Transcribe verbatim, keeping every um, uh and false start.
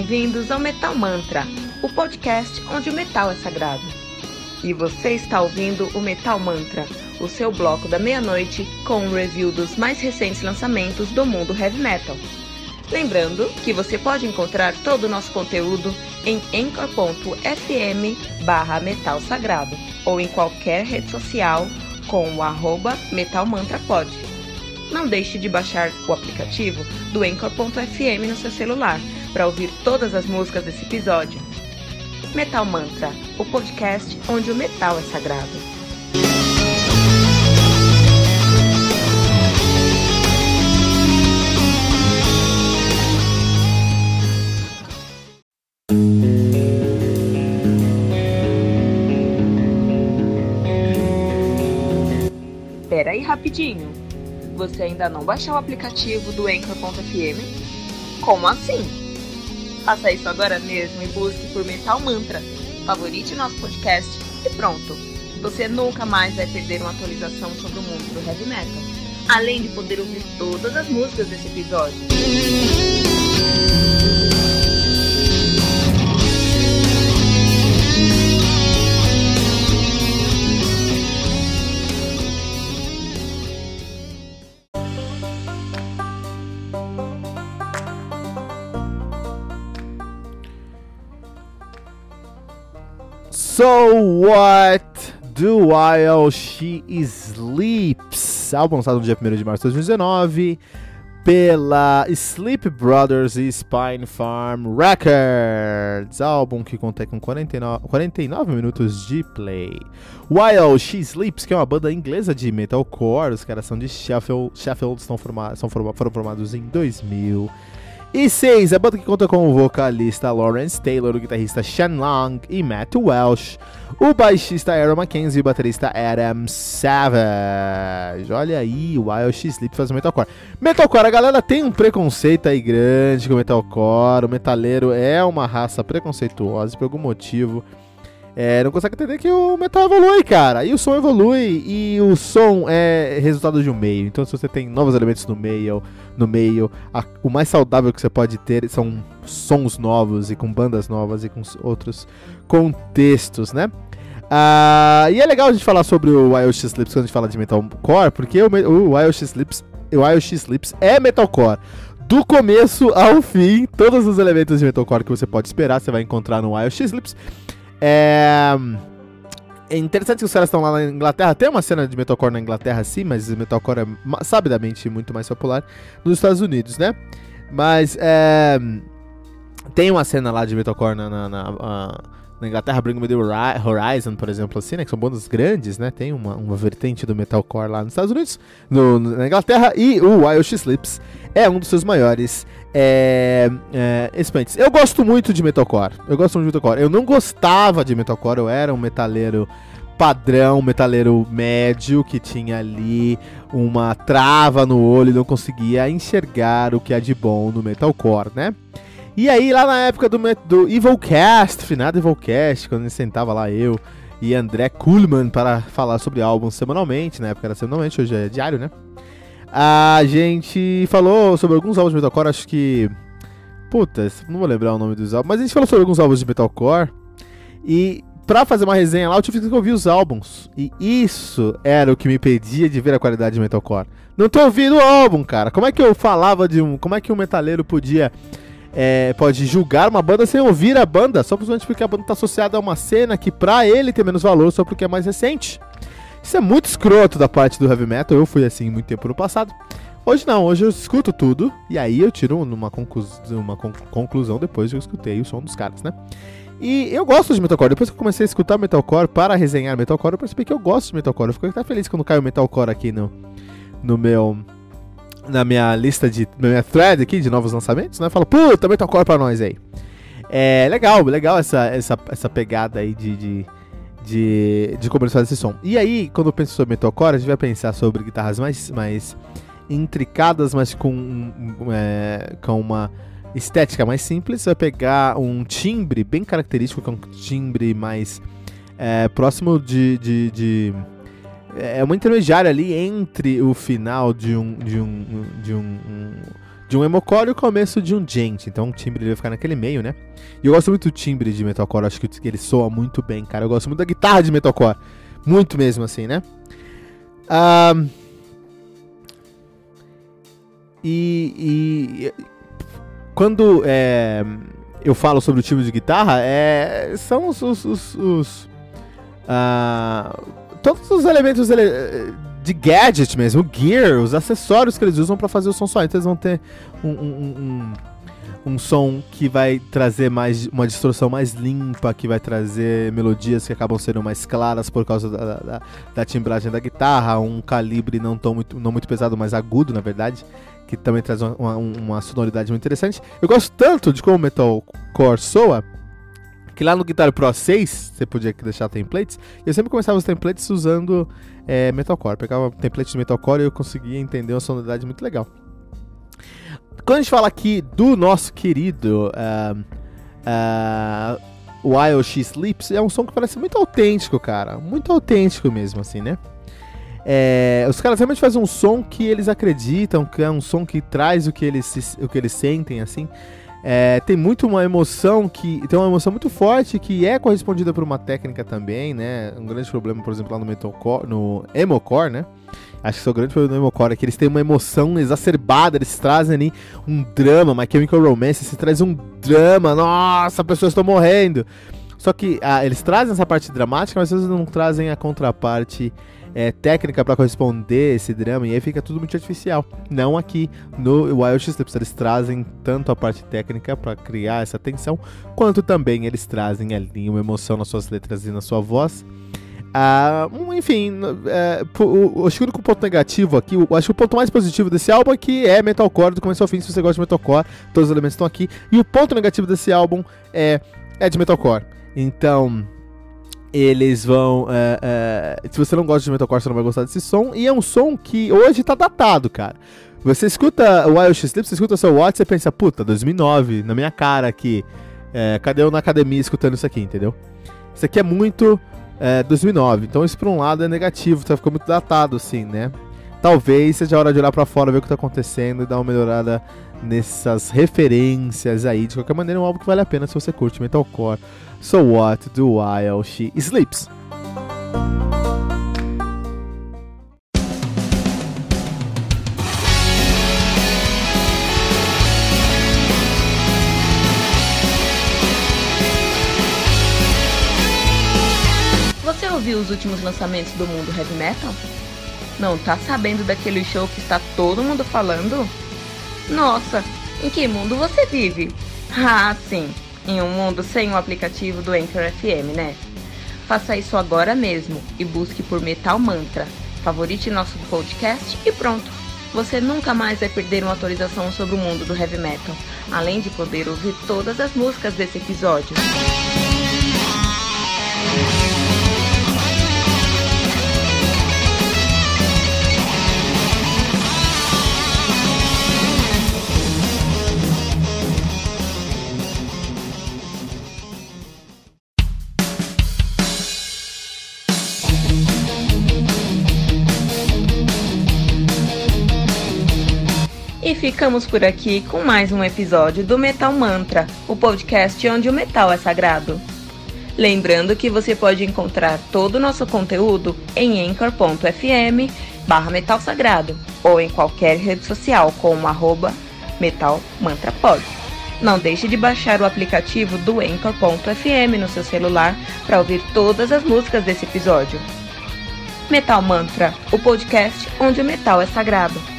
bem-vindos ao Metal Mantra, o podcast onde o metal é sagrado. E você está ouvindo o Metal Mantra, o seu bloco da meia-noite com um review dos mais recentes lançamentos do mundo heavy metal. Lembrando que você pode encontrar todo o nosso conteúdo em anchor ponto f m barra metal sagrado ou em qualquer rede social com o arroba metalmantrapod. Não deixe de baixar o aplicativo do anchor ponto f m no seu celular para ouvir todas as músicas desse episódio. Metal Mantra, o podcast onde o metal é sagrado. Pera aí rapidinho, você ainda não baixou o aplicativo do anchor ponto f m? Como assim? Faça isso agora mesmo e busque por Metal Mantra, favorite nosso podcast e pronto. Você nunca mais vai perder uma atualização sobre o mundo do heavy metal, além de poder ouvir todas as músicas desse episódio. So What Do While She Sleeps, álbum lançado no dia primeiro de março de dois mil e dezenove pela Sleep Brothers e Spine Farm Records, álbum que conta com quarenta e nove, quarenta e nove minutos de play. While She Sleeps, que é uma banda inglesa de metalcore, os caras são de Sheffield, Sheffield estão formados, são forma, foram formados em dois mil e seis, a banda que conta com o vocalista Lawrence Taylor, o guitarrista Shen Long e Matt Welsh, o baixista Aaron Mackenzie e o baterista Adam Savage. Olha aí, o While She Sleeps faz o metalcore. Metalcore, a galera tem um preconceito aí grande com o metalcore, o metaleiro é uma raça preconceituosa por algum motivo. É, não consegue entender que o metal evolui, cara, e o som evolui, e o som é resultado de um meio. Então se você tem novos elementos no meio, no meio a, o mais saudável que você pode ter são sons novos, e com bandas novas, e com outros contextos, né? Ah, e é legal a gente falar sobre o While She Sleeps quando a gente fala de metalcore, porque o, o While She Sleeps, o While She Sleeps é metalcore. Do começo ao fim, todos os elementos de metalcore que você pode esperar, você vai encontrar no While She Sleeps. É... é interessante que os caras estão lá na Inglaterra. Tem uma cena de metalcore na Inglaterra, sim, mas o metalcore é sabidamente muito mais popular nos Estados Unidos, né? Mas é... tem uma cena lá de metalcore na, na, na, na, na Inglaterra, Bring Me The Horizon, por exemplo, assim, né? Que são bandas grandes, né? Tem uma, uma vertente do metalcore lá nos Estados Unidos, no, na Inglaterra. E o While She Sleeps é um dos seus maiores É, é, expoentes. Eu gosto muito de metalcore. Eu gosto muito de metalcore. Eu não gostava de metalcore. Eu era um metaleiro padrão, metaleiro médio, que tinha ali uma trava no olho e não conseguia enxergar o que é de bom no metalcore, né? E aí, lá na época do, do Evilcast, finado Evilcast, quando a gente sentava lá, eu e André Kuhlmann, para falar sobre álbuns semanalmente. Na época era semanalmente, hoje é diário, né? A gente falou sobre alguns álbuns de metalcore, acho que... Puta, não vou lembrar o nome dos álbuns, mas a gente falou sobre alguns álbuns de metalcore. E pra fazer uma resenha lá, eu tive que ouvir os álbuns. E isso era o que me impedia de ver a qualidade de metalcore. Não tô ouvindo o álbum, cara. Como é que eu falava de um... Como é que um metaleiro podia... É, pode julgar uma banda sem ouvir a banda, só simplesmente porque a banda tá associada a uma cena que pra ele tem menos valor, só porque é mais recente. Isso é muito escroto da parte do heavy metal. Eu fui assim muito tempo no passado. Hoje não, hoje eu escuto tudo e aí eu tiro uma, conclus- uma con- conclusão depois que eu escutei o som dos caras, né? E eu gosto de metalcore. Depois que eu comecei a escutar metalcore para resenhar metalcore, eu percebi que eu gosto de metalcore. Eu fico até feliz quando cai o metalcore aqui no, no meu... na minha lista de... na minha thread aqui de novos lançamentos, né? Fala, puta, metalcore pra nós aí. É legal, legal essa, essa, essa pegada aí de... de De, de começar esse som. E aí, quando eu penso sobre metalcore, a gente vai pensar sobre guitarras mais, mais intricadas, mas com, um, é, com uma estética mais simples. Você vai pegar um timbre bem característico, que é um timbre mais é, próximo de, de, de... É uma intermediária ali entre o final de um... De um, de um, um de um emocore e o começo de um djent. Então o timbre ele vai ficar naquele meio, né? E eu gosto muito do timbre de metalcore, acho que ele soa muito bem, cara. Eu gosto muito da guitarra de metalcore, muito mesmo assim, né? Um, e, e quando é, eu falo sobre o timbre de guitarra, é, são os, os, os, os uh, todos os elementos ele, de gadget mesmo, o gear, os acessórios que eles usam pra fazer o som soar. Então eles vão ter um, um, um, um som que vai trazer mais, uma distorção mais limpa, que vai trazer melodias que acabam sendo mais claras por causa da, da, da timbragem da guitarra, um calibre não, tão muito, não muito pesado, mas agudo, na verdade, que também traz uma, uma, uma sonoridade muito interessante. Eu gosto tanto de como o metalcore soa, que lá no Guitar Pro seis, você podia deixar templates, e eu sempre começava os templates usando é, metalcore. Pegava templates de metalcore e eu conseguia entender uma sonoridade muito legal. Quando a gente fala aqui do nosso querido uh, uh, While She Sleeps, é um som que parece muito autêntico, cara. Muito autêntico mesmo, assim, né? É, os caras realmente fazem um som que eles acreditam, que é um som que traz o que eles, o que eles sentem, assim. É, tem muito uma emoção que tem uma emoção muito forte que é correspondida por uma técnica também, né? Um grande problema, por exemplo, lá no metalcore, no emocore, né? Acho que o grande problema do emocore é que eles têm uma emoção exacerbada, eles trazem ali um drama, My Chemical Romance, se traz um drama, nossa, pessoas estão morrendo. Só que ah, eles trazem essa parte dramática, mas às vezes não trazem a contraparte É, técnica para corresponder esse drama, e aí fica tudo muito artificial. Não aqui no While She Sleeps, eles trazem tanto a parte técnica para criar essa tensão, quanto também eles trazem ali uma emoção nas suas letras e na sua voz. Ah, enfim, é, o, acho que o único ponto negativo aqui, o, acho que o ponto mais positivo desse álbum é que é metalcore do começo ao fim. Se você gosta de metalcore, todos os elementos estão aqui. E o ponto negativo desse álbum é, é de metalcore. Então eles vão... É, é, se você não gosta de metalcore, você não vai gostar desse som. E é um som que hoje tá datado, cara. Você escuta o While She Sleeps, você escuta o seu Watch, você pensa, puta, dois mil e nove, na minha cara aqui. É, cadê eu na academia escutando isso aqui, entendeu? Isso aqui é muito é, dois mil e nove. Então isso por um lado é negativo, tá ficando muito datado assim, né? Talvez seja a hora de olhar pra fora, ver o que tá acontecendo e dar uma melhorada nessas referências aí. De qualquer maneira, é um álbum que vale a pena se você curte metalcore. So What do While She Sleeps. Você ouviu os últimos lançamentos do mundo heavy metal? Não tá sabendo daquele show que está todo mundo falando? Nossa, em que mundo você vive? Ah, sim, em um mundo sem o aplicativo do Anchor F M, né? Faça isso agora mesmo e busque por Metal Mantra. Favorite nosso podcast e pronto. Você nunca mais vai perder uma atualização sobre o mundo do heavy metal, além de poder ouvir todas as músicas desse episódio. E ficamos por aqui com mais um episódio do Metal Mantra, o podcast onde o metal é sagrado. Lembrando que você pode encontrar todo o nosso conteúdo em anchor ponto f m barra metal sagrado ou em qualquer rede social como arroba metalmantrapod. Não deixe de baixar o aplicativo do anchor ponto f m no seu celular para ouvir todas as músicas desse episódio. Metal Mantra, o podcast onde o metal é sagrado.